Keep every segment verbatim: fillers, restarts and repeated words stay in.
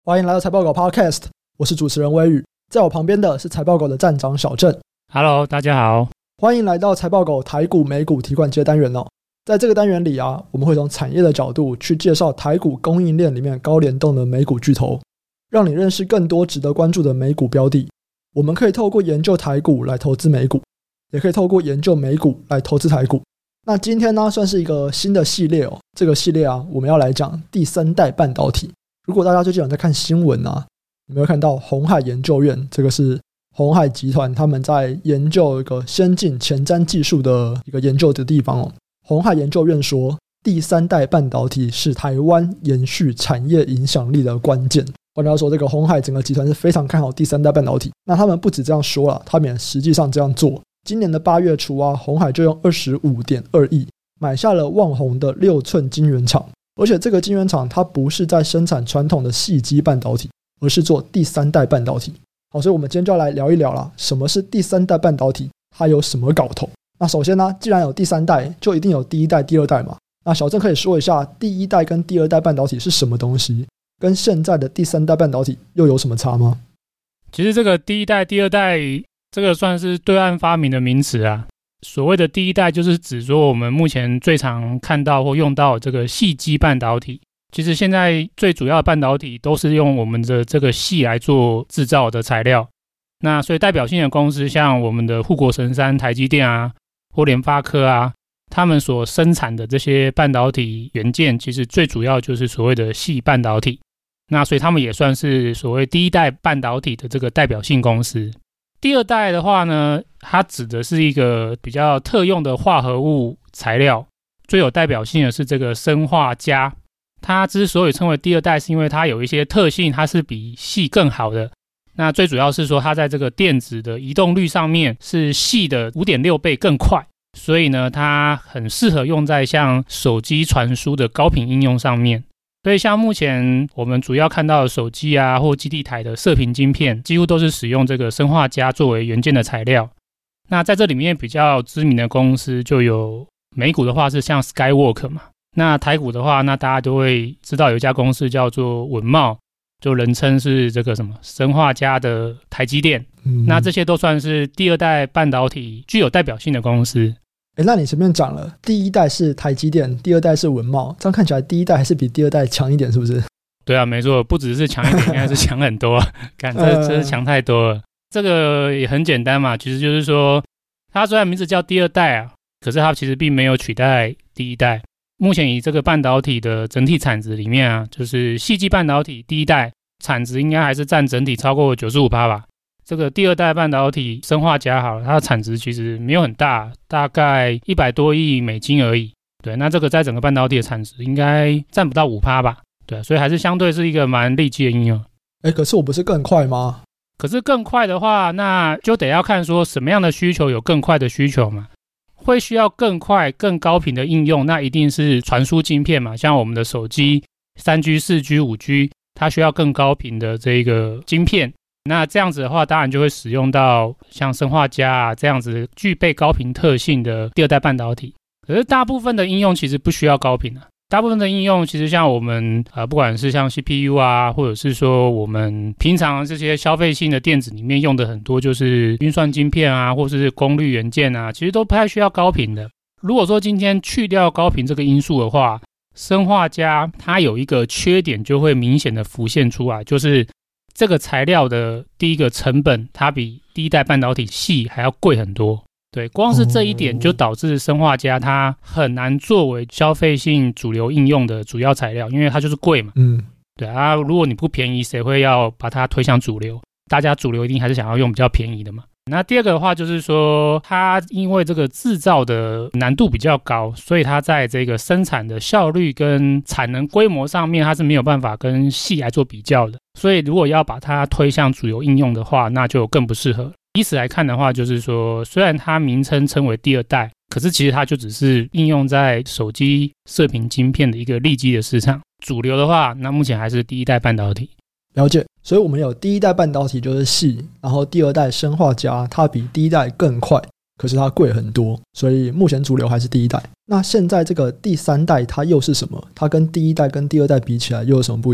欢迎来到财报狗 Podcast， 我是主持人威宇，在我旁边的是财报狗的站长小郑。 Hello， 大家好， 欢迎来到财报狗台股美股提款机单元哦。在这个单元里啊，我们会从产业的角度去介绍台股供应链里面高联动的美股巨头，让你认识更多值得关注的美股标的。我们可以透过研究台股来投资美股，也可以透过研究美股来投资台股。那今天呢，算是一个新的系列哦。这个系列啊，我们要来讲第三代半导体。如果大家最近有在看新闻啊，你们会看到鸿海研究院，这个是鸿海集团他们在研究一个先进前瞻技术的一个研究的地方哦。鸿海研究院说，第三代半导体是台湾延续产业影响力的关键。换句话说，这个鸿海整个集团是非常看好第三代半导体。那他们不止这样说了，他们也实际上这样做。今年的八月初啊，鸿海就用 二十五点二亿买下了旺宏的六寸晶圆厂。而且这个晶圆厂它不是在生产传统的矽基半导体，而是做第三代半导体。好，所以我们今天就要来聊一聊啦，什么是第三代半导体，它有什么搞头。那首先呢，既然有第三代，就一定有第一代第二代嘛。那小郑可以说一下第一代跟第二代半导体是什么东西，跟现在的第三代半导体又有什么差吗？ 其实这个第一代第二代这个算是对岸发明的名词啊。所谓的第一代就是指说我们目前最常看到或用到这个矽基半导体。其实现在最主要的半导体都是用我们的这个矽来做制造的材料。那所以代表性的公司像我们的护国神山台积电啊或联发科啊，他们所生产的这些半导体元件其实最主要就是所谓的矽半导体。那所以他们也算是所谓第一代半导体的这个代表性公司。第二代的话呢，它指的是一个比较特用的化合物材料，最有代表性的是这个砷化镓。它之所以称为第二代，是因为它有一些特性，它是比矽更好的。那最主要是说，它在这个电子的移动率上面是矽的 五点六 倍更快，所以呢，它很适合用在像手机传输的高频应用上面。所以像目前我们主要看到的手机啊或基地台的射频晶片，几乎都是使用这个砷化镓作为元件的材料。那在这里面比较知名的公司就有美股的话是像 Skywork 嘛，那台股的话，那大家都会知道有一家公司叫做稳懋，就人称是这个什么砷化镓的台积电、嗯、那这些都算是第二代半导体具有代表性的公司。 诶，那你前面讲了第一代是台积电，第二代是稳懋，这样看起来第一代还是比第二代强一点，是不是？ 对啊，没错，不只是强一点，应该是强很多看这真是强太多了。这个也很简单嘛，其实就是说它虽然名字叫第二代啊，可是它其实并没有取代第一代。目前以这个半导体的整体产值里面啊，就是矽基半导体第一代产值应该还是占整体超过 百分之九十五 吧。这个第二代半导体砷化镓好了，它的产值其实没有很大，大概一百多亿美金而已。对，那这个在整个半导体的产值应该占不到 百分之五 吧。对，所以还是相对是一个蛮利基的应用。 诶，可是我不是更快吗？ 可是更快的话，那就得要看说什么样的需求有更快的需求嘛。会需要更快更高频的应用，那一定是传输晶片嘛，像我们的手机 三 G 四 G 五 G 它需要更高频的这个晶片。那这样子的话当然就会使用到像砷化镓啊这样子具备高频特性的第二代半导体。可是大部分的应用其实不需要高频啊，大部分的应用其实像我们呃，不管是像 C P U 啊，或者是说我们平常这些消费性的电子里面用的很多就是运算晶片啊，或者是功率元件啊，其实都不太需要高频的。如果说今天去掉高频这个因素的话，砷化镓它有一个缺点就会明显的浮现出来，就是这个材料的第一个成本它比第一代半导体矽还要贵很多。对，光是这一点就导致砷化镓它很难作为消费性主流应用的主要材料，因为它就是贵嘛。嗯，对啊，如果你不便宜，谁会要把它推向主流？大家主流一定还是想要用比较便宜的嘛。那第二个的话就是说，它因为这个制造的难度比较高，所以它在这个生产的效率跟产能规模上面，它是没有办法跟矽来做比较的。所以如果要把它推向主流应用的话，那就更不适合。以此来看的话，就是说虽然它名称称为第二代，可是其实它就只是应用在手机射频晶片的一个利基的市场。主流的话，那目前还是第一代半导体。 了解，所以我们有第一代半导体就是矽，然后第二代砷化镓它比第一代更快，可是它贵很多，所以目前主流还是第一代。那现在这个第三代它又是什么？它跟第一代跟第二代比起来又有什么不一样？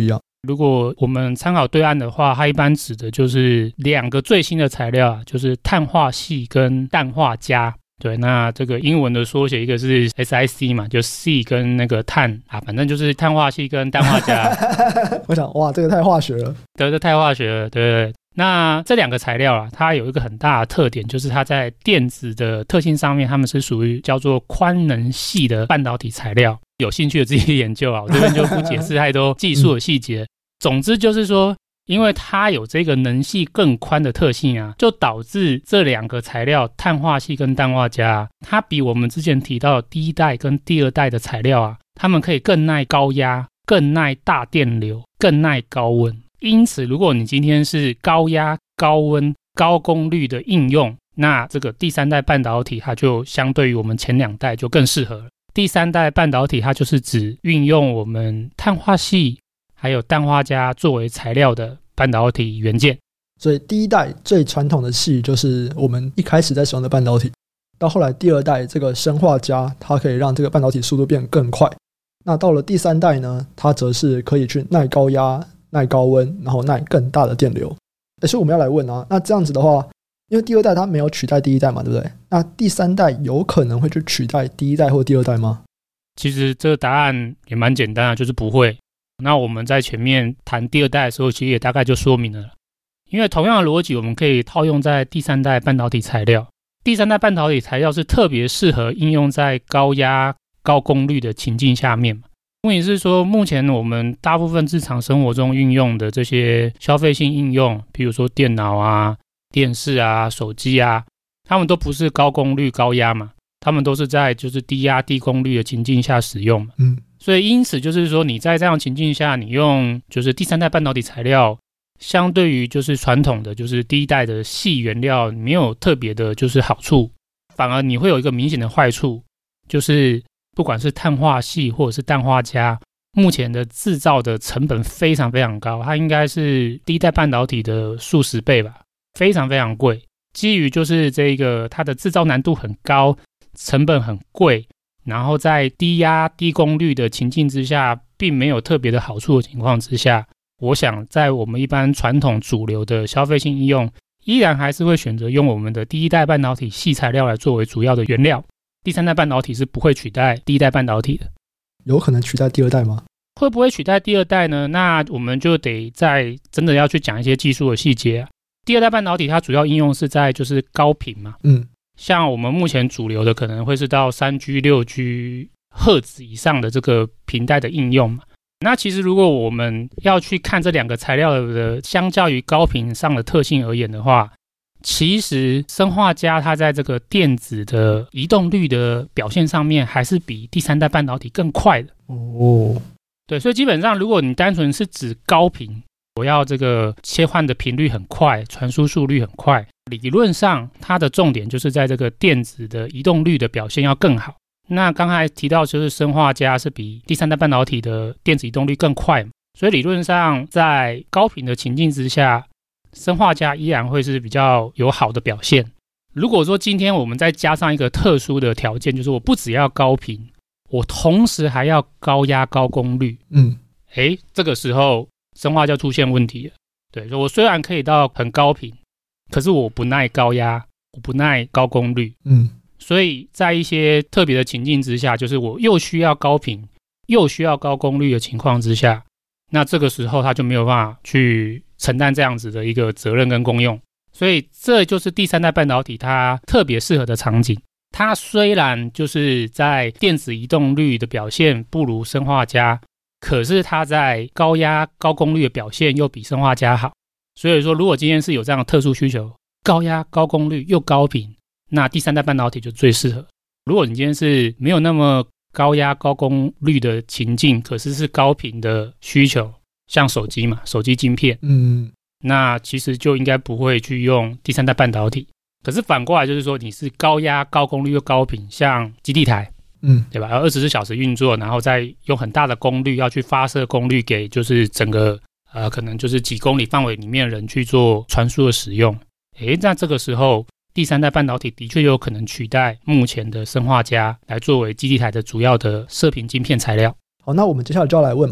如果我们参考对岸的话，它一般指的就是两个最新的材料啊，就是碳化系跟氮化镓。对，那这个英文的缩写一个是 S I C 嘛，就 C 跟那个碳啊，反正就是碳化系跟氮化镓。 我想，哇，这个太化学了。 对，这太化学了，对对对。那这两个材料啊，它有一个很大的特点，就是它在电子的特性上面，它们是属于叫做宽能系的半导体材料。有兴趣的自己研究啊，我这边就不解释太多技术的细节。嗯、总之就是说，因为它有这个能系更宽的特性啊，就导致这两个材料碳化系跟氮化镓，它比我们之前提到的第一代跟第二代的材料啊，它们可以更耐高压、更耐大电流、更耐高温。因此，如果你今天是高压、高温、高功率的应用，那这个第三代半导体它就相对于我们前两代就更适合了。第三代半导体它就是指运用我们碳化系还有氮化镓作为材料的半导体元件。 所以第一代最传统的系就是我们一开始在使用的半导体，到后来第二代这个砷化镓它可以让这个半导体速度变更快。那到了第三代呢，它则是可以去耐高压、耐高温，然后耐更大的电流。所以我们要来问啊，那这样子的话，因为第二代它没有取代第一代嘛，对不对？那第三代有可能会去取代第一代或第二代吗？ 其实这个答案也蛮简单的，就是不会。那我们在前面谈第二代的时候，其实也大概就说明了，因为同样的逻辑我们可以套用在第三代半导体材料。第三代半导体材料是特别适合应用在高压、高功率的情境下面嘛。问题是说，目前我们大部分日常生活中运用的这些消费性应用，比如说电脑啊、电视啊、手机啊，它们都不是高功率高压嘛，它们都是在就是低压低功率的情境下使用嘛。嗯，所以因此就是说，你在这样的情境下，你用就是第三代半导体材料，相对于就是传统的就是第一代的矽原料，没有特别的就是好处，反而你会有一个明显的坏处，就是不管是碳化系或者是氮化镓，目前的制造的成本非常非常高，它应该是第一代半导体的数十倍吧，非常非常贵。基于就是这个它的制造难度很高，成本很贵，然后在低压低功率的情境之下，并没有特别的好处的情况之下，我想在我们一般传统主流的消费性应用，依然还是会选择用我们的第一代半导体矽材料来作为主要的原料。第三代半导体是不会取代第一代半导体的。 有可能取代第二代吗？ 会不会取代第二代呢？那我们就得再真的要去讲一些技术的细节啊。第二代半导体它主要应用是在就是高频嘛，嗯，像我们目前主流的可能会是到 三 G 六 G 赫兹以上的这个频带的应用嘛。那其实如果我们要去看这两个材料的相较于高频上的特性而言的话，其实砷化镓它在这个电子的移动率的表现上面还是比第三代半导体更快的哦。对，所以基本上如果你单纯是指高频，我要这个切换的频率很快，传输速率很快，理论上它的重点就是在这个电子的移动率的表现要更好。那刚才提到就是砷化镓是比第三代半导体的电子移动率更快，所以理论上在高频的情境之下，砷化镓依然会是比较有好的表现。如果说今天我们再加上一个特殊的条件，就是我不只要高频，我同时还要高压高功率，嗯，诶，这个时候砷化镓出现问题了。对，我虽然可以到很高频，可是我不耐高压，我不耐高功率，嗯，所以在一些特别的情境之下，就是我又需要高频又需要高功率的情况之下，那这个时候它就没有办法去承担这样子的一个责任跟功用。所以这就是第三代半导体它特别适合的场景。它虽然就是在电子移动率的表现不如砷化镓，可是它在高压高功率的表现又比砷化镓好。所以说如果今天是有这样的特殊需求，高压高功率又高频，那第三代半导体就最适合。如果你今天是没有那么高压高功率的情境，可是是高频的需求，像手机嘛，手机晶片，嗯，那其实就应该不会去用第三代半导体。可是反过来就是说，你是高压高功率又高频，像基地台，嗯，对吧？要二十四小时运作，然后再用很大的功率要去发射功率给就是整个呃可能就是几公里范围里面的人去做传输的使用。诶，那这个时候第三代半导体的确有可能取代目前的砷化镓来作为基地台的主要的射频晶片材料。 好，那我们接下来就要来问嘛，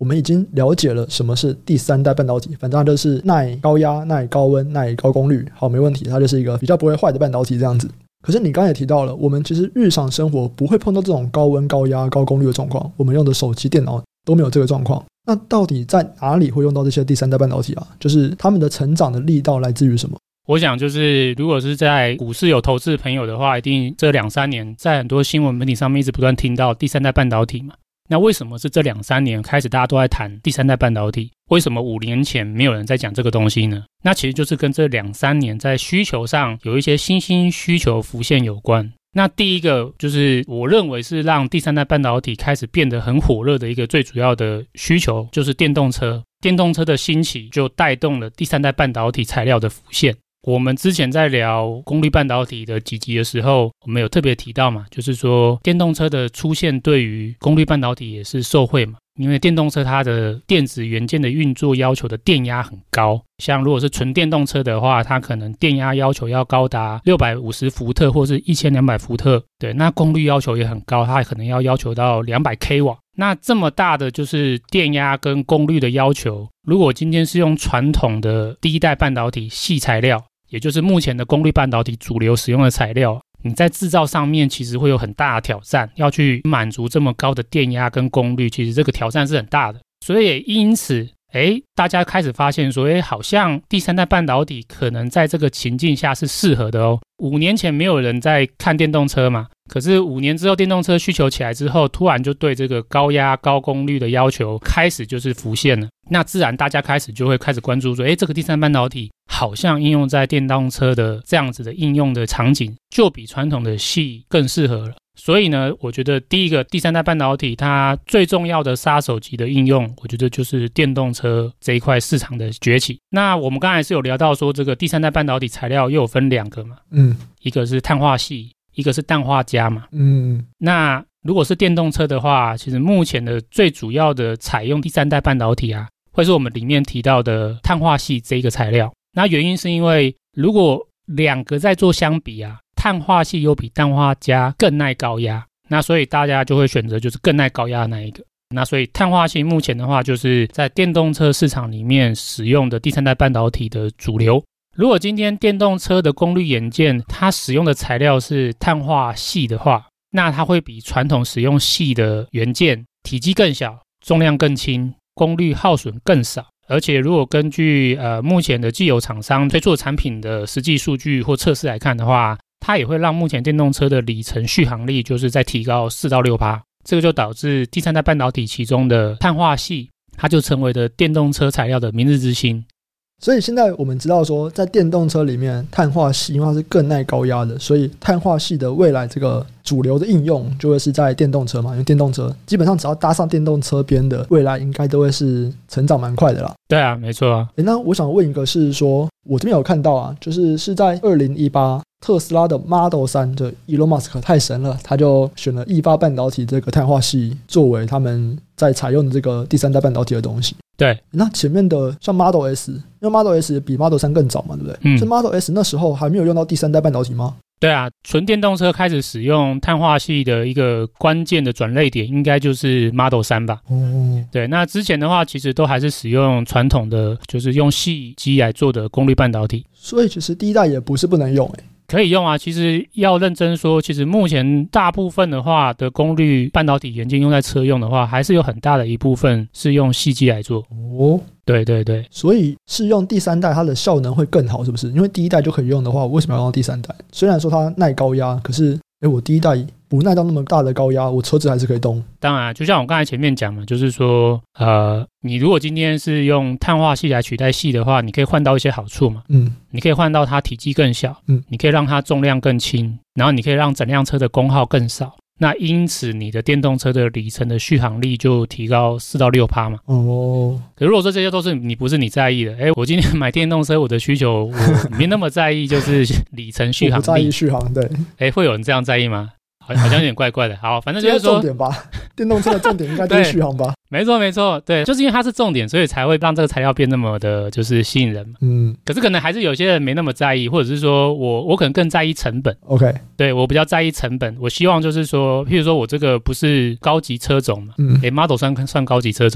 我们已经了解了什么是第三代半导体，反正它就是耐高压、耐高温、耐高功率，好，没问题，它就是一个比较不会坏的半导体这样子。可是你刚才也提到了，我们其实日常生活不会碰到这种高温、高压、高功率的状况，我们用的手机、电脑都没有这个状况。那到底在哪里会用到这些第三代半导体啊？就是他们的成长的力道来自于什么？ 我想就是如果是在股市有投资的朋友的话，一定这两三年在很多新闻媒体上面一直不断听到第三代半导体嘛。那为什么是这两三年开始大家都在谈第三代半导体？为什么五年前没有人在讲这个东西呢？那其实就是跟这两三年在需求上有一些新兴需求浮现有关。那第一个就是我认为是让第三代半导体开始变得很火热的一个最主要的需求，就是电动车。电动车的兴起就带动了第三代半导体材料的浮现。我们之前在聊功率半导体的几集的时候，我们有特别提到嘛，就是说电动车的出现对于功率半导体也是受惠嘛，因为电动车它的电子元件的运作要求的电压很高，像如果是纯电动车的话，它可能电压要求要高达六百五十伏特或是一千两百伏特，对，那功率要求也很高，它可能要要求到两百 k 瓦。那这么大的就是电压跟功率的要求，如果今天是用传统的第一代半导体矽材料，也就是目前的功率半导体主流使用的材料，你在制造上面其实会有很大的挑战，要去满足这么高的电压跟功率，其实这个挑战是很大的。所以也因此诶大家开始发现说，诶好像第三代半导体可能在这个情境下是适合的哦。五年前没有人在看电动车嘛，可是五年之后电动车需求起来之后，突然就对这个高压高功率的要求开始就是浮现了。那自然大家开始就会开始关注说，诶这个第三代半导体好像应用在电动车的这样子的应用的场景，就比传统的矽更适合了。所以呢，我觉得第一个第三代半导体它最重要的杀手级的应用，我觉得就是电动车这一块市场的崛起。那我们刚才是有聊到说，这个第三代半导体材料又有分两个嘛，嗯，一个是碳化矽，一个是氮化镓嘛，嗯，那如果是电动车的话，其实目前的最主要的采用第三代半导体啊，会是我们里面提到的碳化矽这一个材料。那原因是因为如果两个在做相比啊，碳化矽又比氮化镓更耐高压，那所以大家就会选择就是更耐高压的那一个。那所以碳化矽目前的话，就是在电动车市场里面使用的第三代半导体的主流。如果今天电动车的功率元件它使用的材料是碳化矽的话，那它会比传统使用矽的元件体积更小，重量更轻，功率耗损更少。而且如果根据呃目前的既有厂商推出的产品的实际数据或测试来看的话，它也会让目前电动车的里程续航力就是在提高 百分之四到百分之六， 这个就导致第三代半导体其中的碳化矽它就成为了电动车材料的明日之星。 所以现在我们知道说，在电动车里面碳化矽因为它是更耐高压的，所以碳化矽的未来这个主流的应用就会是在电动车嘛，因为电动车基本上只要搭上电动车边的，未来应该都会是成长蛮快的啦。 对啊，没错啊。 那我想问一个是说，我这边有看到啊，就是是在二零一八特斯拉的 Model 三，就 Elon Musk 太神了，他就选了意法半导体这个碳化矽作为他们在采用的这个第三代半导体的东西。 对， 那前面的像 Model S， 因为 Model S 比 Model 三更早嘛，对不对？嗯，所以 Model S 那时候还没有用到第三代半导体吗？ 对啊，纯电动车开始使用碳化矽的一个关键的转捩点应该就是 Model 三吧。哦，对，那之前的话其实都还是使用传统的就是用矽基来做的功率半导体。 所以其实第一代也不是不能用诶。 可以用啊，其实要认真说，其实目前大部分的话的功率半导体元件用在车用的话，还是有很大的一部分是用矽基来做。哦，对对对， 所以是用第三代它的效能会更好，是不是？因为第一代就可以用的话，我为什么要用到第三代？虽然说它耐高压，可是诶我第一代不耐到那么大的高压，我车子还是可以动。 当然，就像我刚才前面讲嘛，就是说，呃，你如果今天是用碳化矽来取代矽的话，你可以换到一些好处嘛。嗯，你可以换到它体积更小，嗯，你可以让它重量更轻，然后你可以让整辆车的功耗更少。那因此，你的电动车的里程的续航力就提高 百分之四到百分之六 嘛。哦，可是如果说这些都是你不是你在意的，哎，我今天买电动车，我的需求我没那么在意，就是里程续航力。 我不在意续航，对。 哎，会有人这样在意吗？好像有点怪怪的。好，反正就是说重点吧，电动车的重点应该就是续航吧。 没错没错，对，就是因为它是重点，所以才会让这个材料变那么的就是吸引人嘛。嗯，可是可能还是有些人没那么在意，或者是说我我可能更在意成本。 OK， 对，我比较在意成本，我希望就是说，譬如说我这个不是高级车种嘛，嗯，诶 Model 三算高级车种嘛，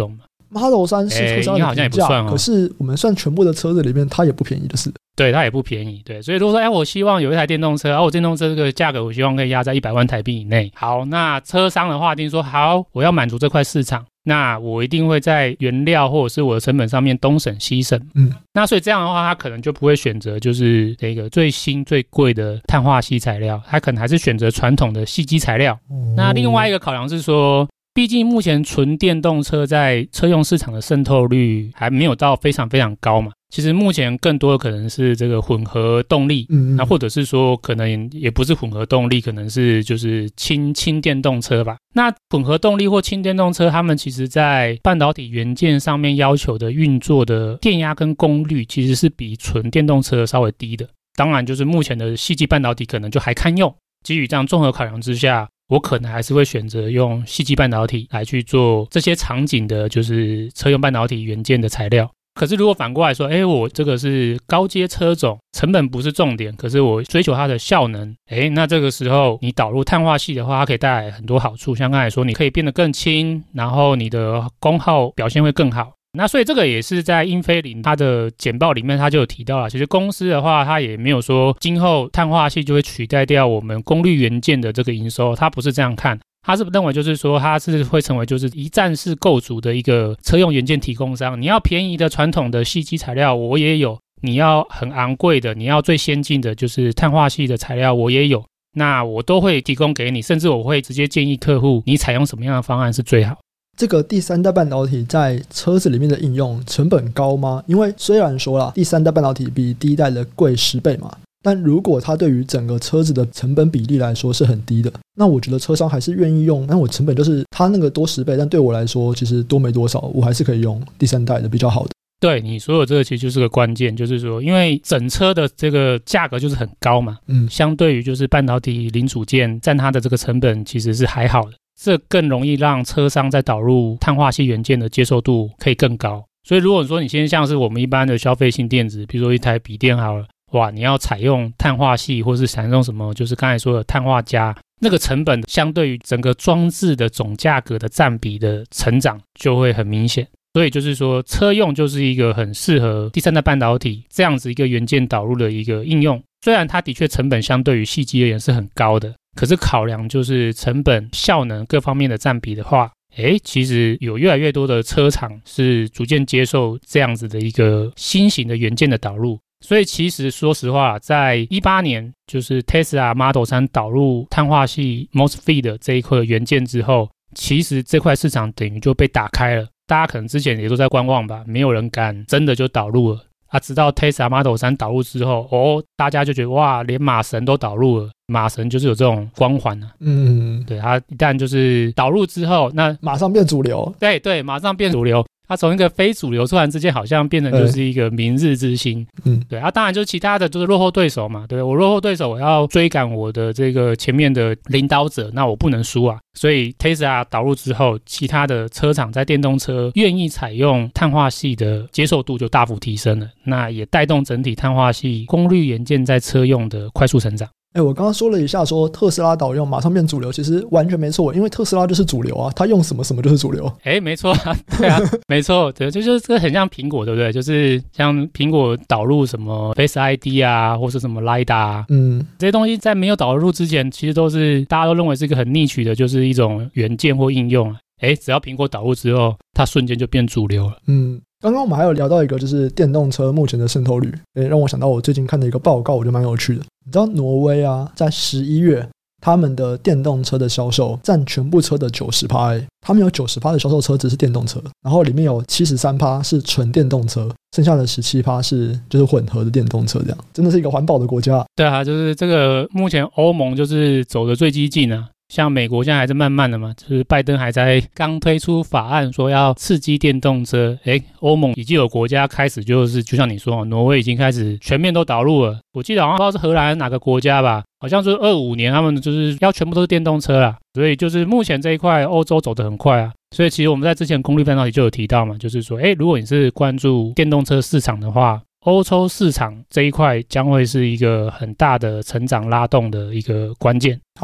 Model 三是特斯拉的平价、欸哦、可是我们算全部的车子里面它也不便宜的是。 对，它也不便宜。对，所以如果说哎，我希望有一台电动车，啊，我电动车这个价格我希望可以压在一百万台币以内。好，那车商的话一定说好，我要满足这块市场，那我一定会在原料或者是我的成本上面东省西省。嗯，那所以这样的话，他可能就不会选择就是这个最新最贵的碳化矽材料，他可能还是选择传统的矽基材料。哦、那另外一个考量是说，毕竟目前纯电动车在车用市场的渗透率还没有到非常非常高嘛。其实目前更多的可能是这个混合动力，嗯，那或者是说可能也不是混合动力，可能是就是轻轻电动车吧。那混合动力或轻电动车，他们其实在半导体元件上面要求的运作的电压跟功率，其实是比纯电动车稍微低的。当然，就是目前的矽基半导体可能就还堪用。基于这样综合考量之下，我可能还是会选择用矽基半导体来去做这些场景的，就是车用半导体元件的材料。可是如果反过来说，哎，我这个是高阶车种，成本不是重点，可是我追求它的效能，哎，那这个时候你导入碳化矽的话，它可以带来很多好处，像刚才说，你可以变得更轻，然后你的功耗表现会更好。那所以这个也是在英飞凌它的简报里面它就有提到了，其实公司的话它也没有说今后碳化矽就会取代掉我们功率元件的这个营收，它不是这样看。他是认为就是说他是会成为就是一站式购足的一个车用元件提供商，你要便宜的传统的矽基材料我也有，你要很昂贵的，你要最先进的就是碳化矽的材料我也有，那我都会提供给你，甚至我会直接建议客户你采用什么样的方案是最好。 这个第三代半导体在车子里面的应用成本高吗？因为虽然说啦，第三代半导体比第一代的贵十倍嘛，但如果它对于整个车子的成本比例来说是很低的，那我觉得车商还是愿意用，但我成本就是它那个多十倍，但对我来说其实多没多少，我还是可以用第三代的比较好的。 对，你说的这个其实就是个关键，就是说因为整车的这个价格就是很高嘛，嗯，相对于就是半导体零组件占它的这个成本其实是还好的，这更容易让车商在导入碳化矽元件的接受度可以更高。所以如果说你现在像是我们一般的消费性电子，比如说一台笔电好了，哇，你要采用碳化矽或是采用什么就是刚才说的碳化镓，那个成本相对于整个装置的总价格的占比的成长就会很明显。所以就是说车用就是一个很适合第三代半导体这样子一个元件导入的一个应用，虽然它的确成本相对于矽基而言是很高的，可是考量就是成本效能各方面的占比的话，诶，其实有越来越多的车厂是逐渐接受这样子的一个新型的元件的导入。所以其实说实话，在一八年就是 Tesla Model 三导入碳化矽 MOSFET 的这一块元件之后，其实这块市场等于就被打开了，大家可能之前也都在观望吧，没有人敢真的就导入了啊。直到 Tesla Model 三导入之后，哦，大家就觉得哇，连马神都导入了，马神就是有这种光环啊。嗯，对，他一旦就是导入之后，那马上变主流。 对对，马上变主流。它从一个非主流突然之间好像变成就是一个明日之星。嗯，对啊，当然就是其他的就是落后对手嘛，对，我落后对手我要追赶我的这个前面的领导者，那我不能输啊。所以 Tesla 导入之后，其他的车厂在电动车愿意采用碳化矽的接受度就大幅提升了，那也带动整体碳化矽功率元件在车用的快速成长。 哎，我刚刚说了一下说特斯拉导用马上变主流，其实完全没错，因为特斯拉就是主流啊，它用什么什么就是主流。 哎，没错啊，对啊，没错，对，就就是这个很像苹果，对不对？就是像苹果导入什么 Face I D 啊，或是什么 LiDAR 啊，嗯，这些东西在没有导入之前，其实都是大家都认为是一个很niche的，就是一种元件或应用。哎，只要苹果导入之后，它瞬间就变主流了。 嗯。刚刚我们还有聊到一个就是电动车目前的渗透率，诶，让我想到我最近看的一个报告，我觉得蛮有趣的。你知道挪威啊，在十一月他们的电动车的销售占全部车的 百分之九十， 他们有 百分之九十 的销售车子是电动车，然后里面有 百分之七十三 是纯电动车，剩下的 百分之十七 是就是混合的电动车，这样真的是一个环保的国家。 对啊，就是这个目前欧盟就是走的最激进啊，像美国现在还在慢慢的嘛，就是拜登还在刚推出法案说要刺激电动车，诶，欧盟已经有国家开始就是就像你说，挪威已经开始全面都导入了，我记得好像不知道是荷兰哪个国家吧，好像就是二五年他们就是要全部都是电动车啦，所以就是目前这一块欧洲走得很快啊。所以其实我们在之前功率半导体就有提到嘛，就是说诶，如果你是关注电动车市场的话，欧洲市场这一块将会是一个很大的成长拉动的一个关键。 好，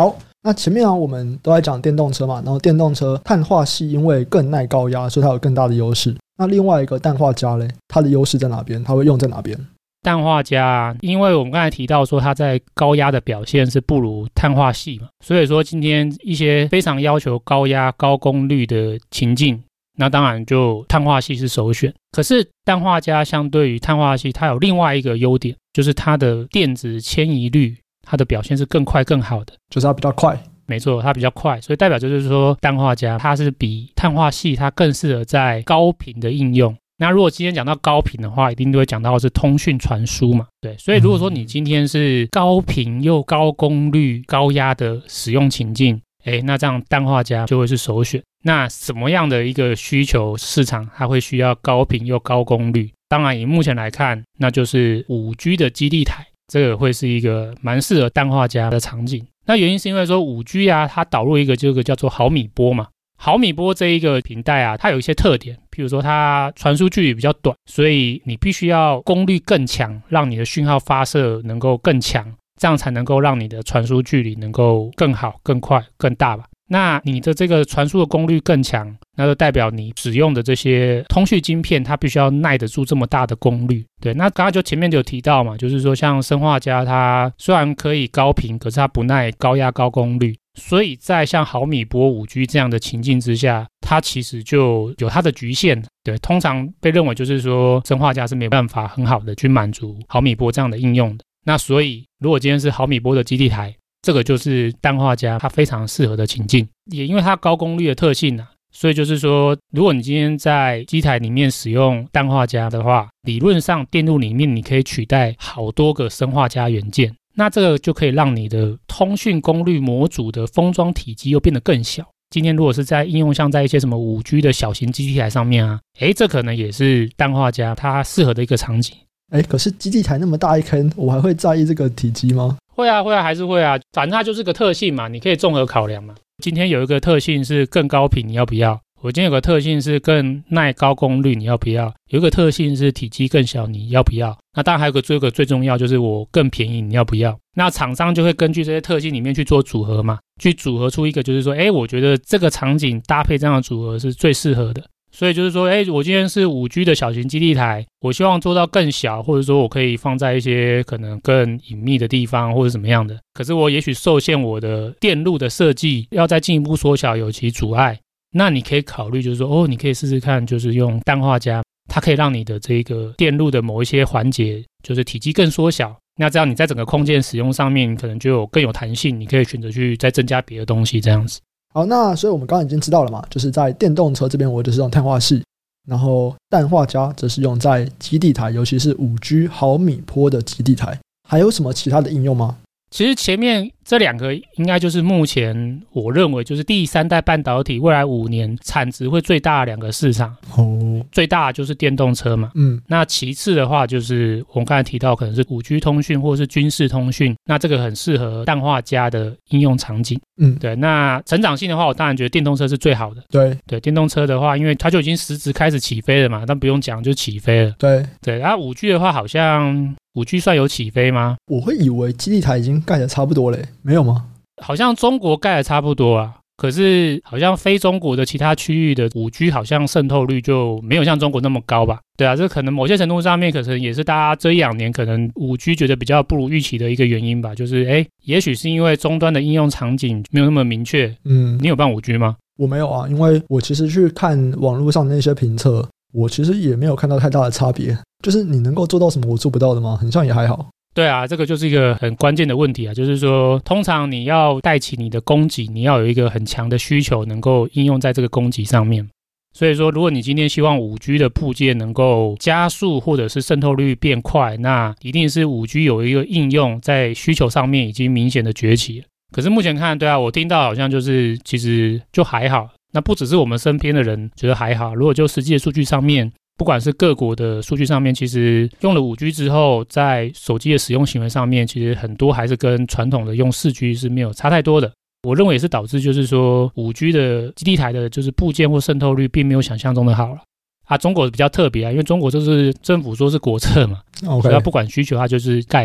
那前面啊，我们都在讲电动车嘛，然后电动车碳化系因为更耐高压，所以它有更大的优势。那另外一个氮化镓嘞，它的优势在哪边？它会用在哪边？ 氮化镓，因为我们刚才提到说它在高压的表现是不如碳化系嘛，所以说今天一些非常要求高压高功率的情境，那当然就碳化系是首选。可是氮化镓相对于碳化系，它有另外一个优点，就是它的电子迁移率，它的表现是更快更好的， 就是它比较快。 没错，它比较快，所以代表就是说氮化镓它是比碳化系它更适合在高频的应用。那如果今天讲到高频的话，一定都会讲到的是通讯传输嘛，对，所以如果说你今天是高频又高功率高压的使用情境，诶，那这样氮化镓就会是首选。那什么样的一个需求市场它会需要高频又高功率？当然以目前来看，那就是 五 G 的基地台，这个会是一个蛮适合氮化镓的场景。那原因是因为说 五 G 啊，它导入一个这个叫做毫米波嘛，毫米波这一个频带啊，它有一些特点，譬如说它传输距离比较短，所以你必须要功率更强，让你的讯号发射能够更强，这样才能够让你的传输距离能够更好、更快、更大吧。那你的这个传输的功率更强，那就代表你使用的这些通讯晶片，它必须要耐得住这么大的功率。对，那刚刚就前面就有提到嘛，就是说像砷化镓，它虽然可以高频，可是它不耐高压高功率，所以在像毫米波 五 G 这样的情境之下，它其实就有它的局限。对，通常被认为就是说砷化镓是没办法很好的去满足毫米波这样的应用的。那所以如果今天是毫米波的基地台，这个就是氮化镓它非常适合的情境，也因为它高功率的特性啊，所以就是说如果你今天在机台里面使用氮化镓的话，理论上电路里面你可以取代好多个砷化镓元件，那这个就可以让你的通讯功率模组的封装体积又变得更小。今天如果是在应用像在一些什么 五 G 的小型基地台上面啊，诶，这可能也是氮化镓它适合的一个场景。 诶，可是基地台那么大一坑，我还会在意这个体积吗？ 会啊会啊还是会啊，反正它就是个特性嘛，你可以综合考量嘛。今天有一个特性是更高频，你要不要？我今天有个特性是更耐高功率，你要不要？有一个特性是体积更小，你要不要？那当然还有个最个最重要就是我更便宜，你要不要？那厂商就会根据这些特性里面去做组合嘛，去组合出一个就是说，诶，我觉得这个场景搭配这样的组合是最适合的。所以就是说，哎，我今天是 五 G 的小型基地台，我希望做到更小，或者说我可以放在一些可能更隐秘的地方或者怎么样的。可是我也许受限我的电路的设计，要再进一步缩小有其阻碍。那你可以考虑就是说，哦，你可以试试看，就是用氮化镓，它可以让你的这个电路的某一些环节，就是体积更缩小。那这样你在整个空间使用上面，你可能就有更有弹性，你可以选择去再增加别的东西这样子。 好，那所以我们刚刚已经知道了嘛，就是在电动车这边我就是用碳化系，然后氮化镓则是用在基地台，尤其是 五 G 毫米波的基地台。还有什么其他的应用吗？ 其实前面这两个应该就是目前我认为就是第三代半导体未来五年产值会最大的两个市场。 哦， 最大的就是电动车嘛，嗯，那其次的话就是我们刚才提到可能是 五 G 通讯或是军事通讯，那这个很适合氮化镓的应用场景。嗯，对，那成长性的话，我当然觉得电动车是最好的。 对对，电动车的话，因为它就已经实质开始起飞了嘛，但不用讲就起飞了。 对对，然后 五 G 的话好像 五 G 算有起飞吗？ 我会以为基地台已经盖得差不多了，没有吗？ 好像中国盖得差不多啊，可是好像非中国的其他区域的 五 G 好像渗透率就没有像中国那么高吧。对啊，这可能某些程度上面可能也是大家这一两年可能 五 G 觉得比较不如预期的一个原因吧，就是诶也许是因为终端的应用场景没有那么明确。嗯，你有办 五 G 吗？ 我没有啊，因为我其实去看网络上的那些评测，我其实也没有看到太大的差别，就是你能够做到什么我做不到的吗？很像也还好。 对啊，这个就是一个很关键的问题啊，就是说通常你要带起你的供给，你要有一个很强的需求能够应用在这个供给上面。所以说如果你今天希望 五 G 的布建能够加速或者是渗透率变快，那一定是 五 G 有一个应用在需求上面已经明显的崛起了。可是目前看，对啊，我听到好像就是其实就还好，那不只是我们身边的人觉得还好，如果就实际的数据上面，不管是各国的数据上面，其实用了 五 G 之后，在手机的使用行为上面，其实很多还是跟传统的用 四 G 是没有差太多的。我认为也是导致就是说 五 G 的基地台的就是部件或渗透率并没有想象中的好了。啊，中国比较特别啊，因为中国就是政府说是国策嘛， okay. 所以它不管需求它就是盖嘛。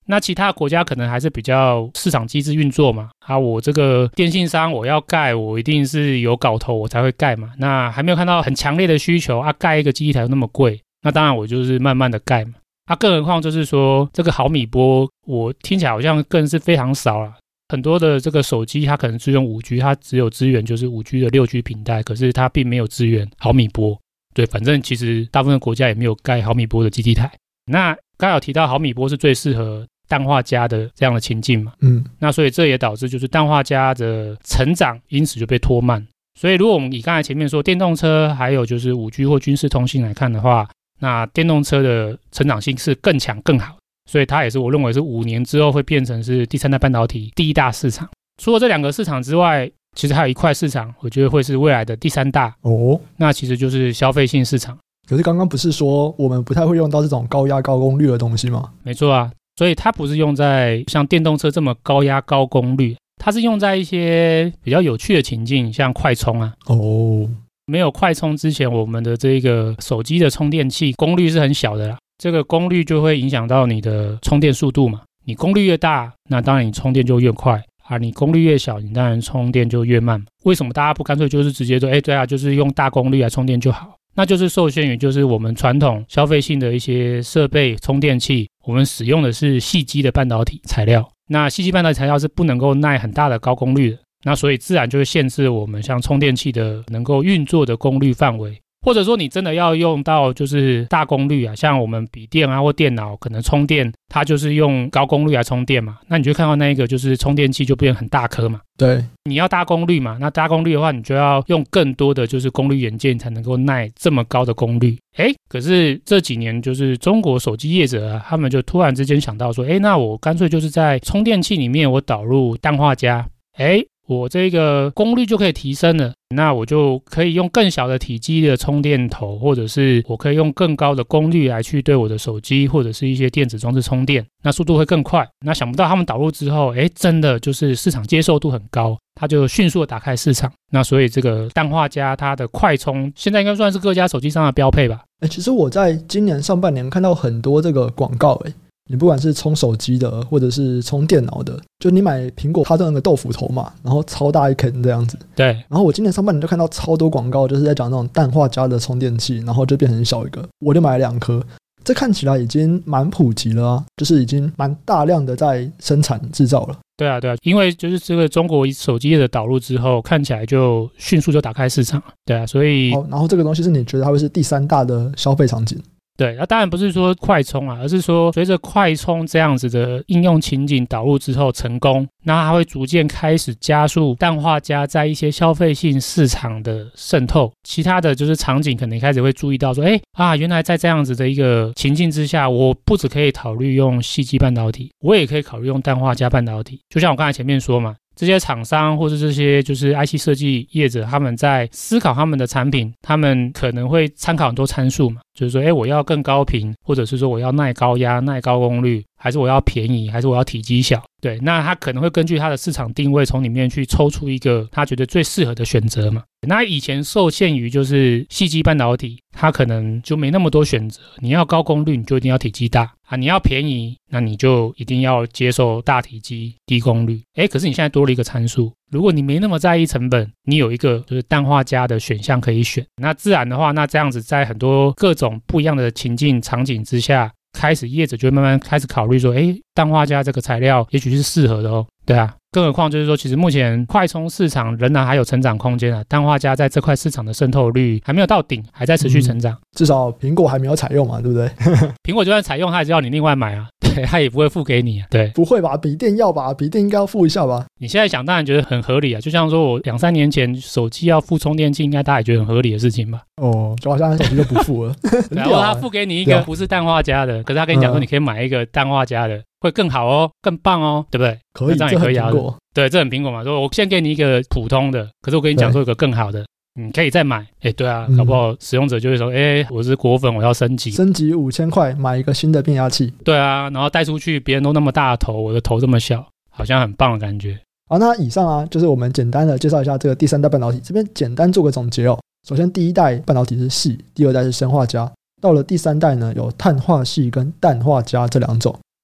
那其他国家可能还是比较市场机制运作嘛，啊，我这个电信商我要盖，我一定是有搞头我才会盖嘛，那还没有看到很强烈的需求啊，盖一个基地台又那么贵，那当然我就是慢慢的盖嘛，啊，更何况就是说这个毫米波我听起来好像更是非常少啦，很多的这个手机它可能支援 五 G， 它只有支援就是 五 G 的 六 G 频带，可是它并没有支援毫米波，对，反正其实大部分国家也没有盖毫米波的基地台。那刚才有提到毫米波是最适合氮化镓的这样的情境嘛，嗯，那所以这也导致就是氮化镓的成长因此就被拖慢。所以如果我们以刚才前面说电动车还有就是 五 G 或军事通信来看的话，那电动车的成长性是更强更好，所以它也是我认为是五年之后会变成是第三代半导体第一大市场。除了这两个市场之外，其实还有一块市场我觉得会是未来的第三大哦，那其实就是消费性市场。 可是刚刚不是说我们不太会用到这种高压高功率的东西吗？ 没错啊，所以它不是用在像电动车这么高压高功率，它是用在一些比较有趣的情境，像快充啊。哦，没有快充之前，我们的这个手机的充电器功率是很小的啦，这个功率就会影响到你的充电速度嘛。你功率越大，那当然你充电就越快啊，你功率越小，你当然充电就越慢。为什么大家不干脆就是直接说，哎，对啊，就是用大功率来充电就好？那就是受限于就是我们传统消费性的一些设备充电器，我们使用的是细基的半导体材料，那细基半导体材料是不能够耐很大的高功率的，那所以自然就会限制我们像充电器的能够运作的功率范围。或者说你真的要用到就是大功率啊，像我们笔电啊或电脑可能充电它就是用高功率来充电嘛，那你就看到那一个就是充电器就变很大颗嘛。 对， 你要大功率嘛，那大功率的话你就要用更多的就是功率元件才能够耐这么高的功率。诶，可是这几年就是中国手机业者啊，他们就突然之间想到说，诶，那我干脆就是在充电器里面我导入氮化镓，诶，我这个功率就可以提升了，那我就可以用更小的体积的充电头，或者是我可以用更高的功率来去对我的手机或者是一些电子装置充电，那速度会更快。那想不到他们导入之后，诶，真的就是市场接受度很高，它就迅速的打开市场。那所以这个氮化镓它的快充现在应该算是各家手机商的标配吧。 诶，其实我在今年上半年看到很多这个广告，诶你不管是充手机的或者是充电脑的，就你买苹果它的那个豆腐头嘛，然后超大一坑这样子。 对， 然后我今年上半年就看到超多广告，就是在讲那种氮化镓的充电器，然后就变成小一个，我就买了两颗。这看起来已经蛮普及了啊，就是已经蛮大量的在生产制造了。 对啊对啊，因为就是这个中国手机业的导入之后，看起来就迅速就打开市场。对啊，所以好，然后这个东西是你觉得它会是第三大的消费场景？ 对，那当然不是说快充啊，而是说随着快充这样子的应用情景导入之后成功，那它会逐渐开始加速氮化镓在一些消费性市场的渗透。其他的就是场景可能开始会注意到说，哎啊，原来在这样子的一个情境之下，我不只可以考虑用细基半导体，我也可以考虑用氮化镓半导体。就像我刚才前面说嘛，这些厂商或是这些就是 I C 设计业者，他们在思考他们的产品，他们可能会参考很多参数嘛，就是说，哎，我要更高频，或者是说我要耐高压、耐高功率，还是我要便宜，还是我要体积小？对，那他可能会根据他的市场定位，从里面去抽出一个他觉得最适合的选择嘛。那以前受限于就是细基半导体，它可能就没那么多选择。你要高功率，你就一定要体积大啊；你要便宜，那你就一定要接受大体积、低功率。哎，可是你现在多了一个参数，如果你没那么在意成本，你有一个就是氮化镓的选项可以选。那自然的话，那这样子在很多各种不一样的情境场景之下，开始业者就会慢慢开始考虑说，哎，氮化镓这个材料也许是适合的哦。对啊，更何况就是说，其实目前快充市场仍然还有成长空间啊，氮化镓在这块市场的渗透率还没有到顶，还在持续成长。嗯、 至少苹果还没有采用嘛，对不对？ 苹果就算采用，它也是要你另外买啊，对，它也不会付给你啊。对， 不会吧？笔电要吧？笔电应该要付一下吧？ 你现在想当然觉得很合理啊，就像说我两三年前手机要付充电器，应该大家也觉得很合理的事情吧？ 哦，就好像手机就不付了。 然后他付给你一个不是氮化镓的，可是他跟你讲说你可以买一个氮化镓的。会更好哦，更棒哦，对不对？ 可以，这样也可以啊。 对，这很苹果嘛。说我先给你一个普通的，可是我跟你讲说有个更好的，你可以再买。哎，对啊，搞不好使用者就会说，哎，我是果粉，我要升级， 升级五千块买一个新的变压器。 对啊，然后带出去，别人都那么大的头，我的头这么小，好像很棒的感觉。 好，那以上啊，就是我们简单的介绍一下这个第三代半导体，这边简单做个总结哦。首先，第一代半导体是矽，第二代是砷化镓，到了第三代呢，有碳化矽跟氮化镓这两种。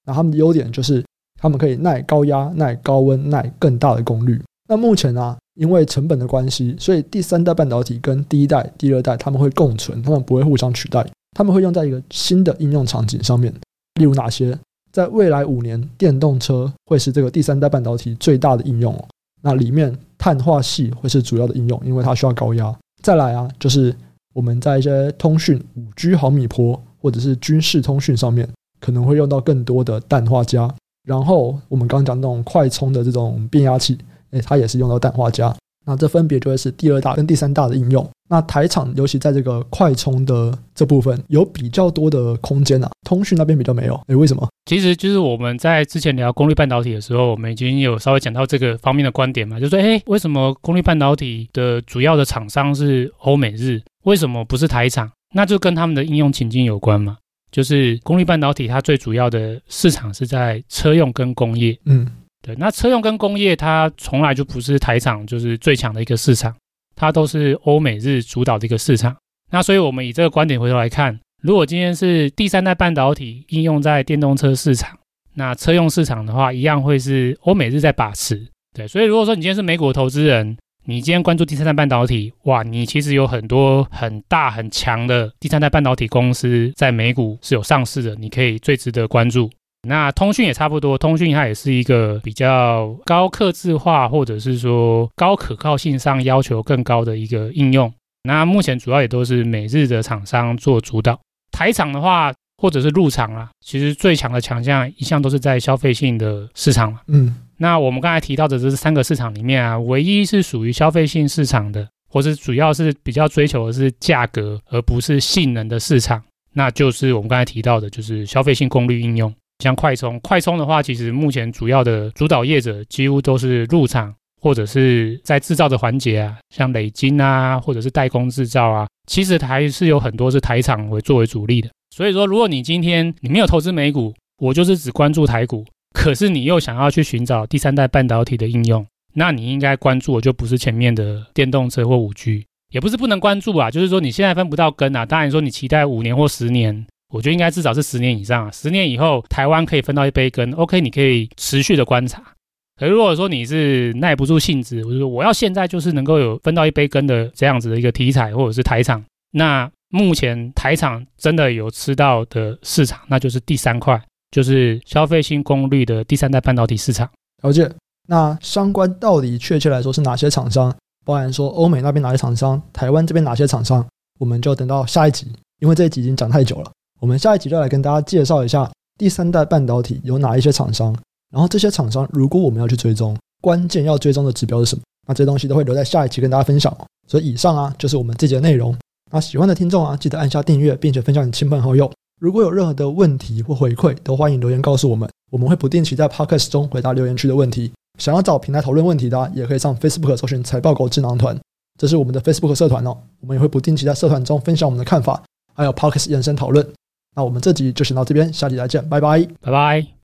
那它们的优点就是它们可以耐高压、耐高温、耐更大的功率。那目前啊，因为成本的关系，所以第三代半导体跟第一代、第二代它们会共存，它们不会互相取代，它们会用在一个新的应用场景上面。例如哪些？在未来五年，电动车会是这个第三代半导体最大的应用哦。那里面碳化系会是主要的应用，因为它需要高压。再来啊，就是我们在一些通讯 五 G 毫米波或者是军事通讯上面，可能会用到更多的氮化镓。然后我们刚刚讲那种快充的这种变压器，诶它也是用到氮化镓。那这分别就会是第二大跟第三大的应用。那台厂尤其在这个快充的这部分有比较多的空间啊，通讯那边比较没有。诶为什么？ 其实就是我们在之前聊功率半导体的时候，我们已经有稍微讲到这个方面的观点嘛，就是说诶为什么功率半导体的主要的厂商是欧美日，为什么不是台厂？那就跟他们的应用情境有关嘛。就是功率半导体它最主要的市场是在车用跟工业。嗯，对，那车用跟工业它从来就不是台厂就是最强的一个市场，它都是欧美日主导的一个市场。那所以我们以这个观点回头来看，如果今天是第三代半导体应用在电动车市场，那车用市场的话一样会是欧美日在把持。对，所以如果说你今天是美国投资人，你今天关注第三代半导体，哇，你其实有很多很大很强的第三代半导体公司在美股是有上市的，你可以最值得关注。那通讯也差不多，通讯它也是一个比较高客制化或者是说高可靠性上要求更高的一个应用。那目前主要也都是美日的厂商做主导。台厂的话或者是陆厂啊，其实最强的强项一向都是在消费性的市场嘛。嗯，那我们刚才提到的这三个市场里面啊，唯一是属于消费性市场的，或是主要是比较追求的是价格而不是性能的市场，那就是我们刚才提到的就是消费性功率应用。像快充，快充的话其实目前主要的主导业者几乎都是陆厂或者是在制造的环节啊，像磊晶啊或者是代工制造啊，其实还是有很多是台厂为作为主力的。所以说如果你今天你没有投资美股，我就是只关注台股，可是你又想要去寻找第三代半导体的应用，那你应该关注的就不是前面的电动车或 五 G， 也不是不能关注啊，就是说你现在分不到根啊，当然说你期待五年或十年，我觉得应该至少是十年以上啊，十年以后台湾可以分到一杯羹 OK， 你可以持续的观察。可是如果说你是耐不住性子，我就说我要现在就是能够有分到一杯羹的这样子的一个题材或者是台厂，那目前台厂真的有吃到的市场，那就是第三块，就是消费性功率的第三代半导体市场。 了解。那相关到底确切来说是哪些厂商，包含说欧美那边哪些厂商，台湾这边哪些厂商，我们就等到下一集，因为这一集已经讲太久了，我们下一集就来跟大家介绍一下第三代半导体有哪一些厂商，然后这些厂商如果我们要去追踪，关键要追踪的指标是什么，那这些东西都会留在下一期跟大家分享哦。所以以上啊就是我们这集的内容。那喜欢的听众啊，记得按下订阅，并且分享给亲朋好友。如果有任何的问题或回馈，都欢迎留言告诉我们，我们会不定期在 Podcast 中回答留言区的问题。想要找平台讨论问题的啊，也可以上 Facebook 搜寻财报狗智囊团，这是我们的 Facebook 社团哦，我们也会不定期在社团中分享我们的看法，还有 Podcast 延伸讨论。那我们这集就先到这边，下集再见，拜拜， 拜拜。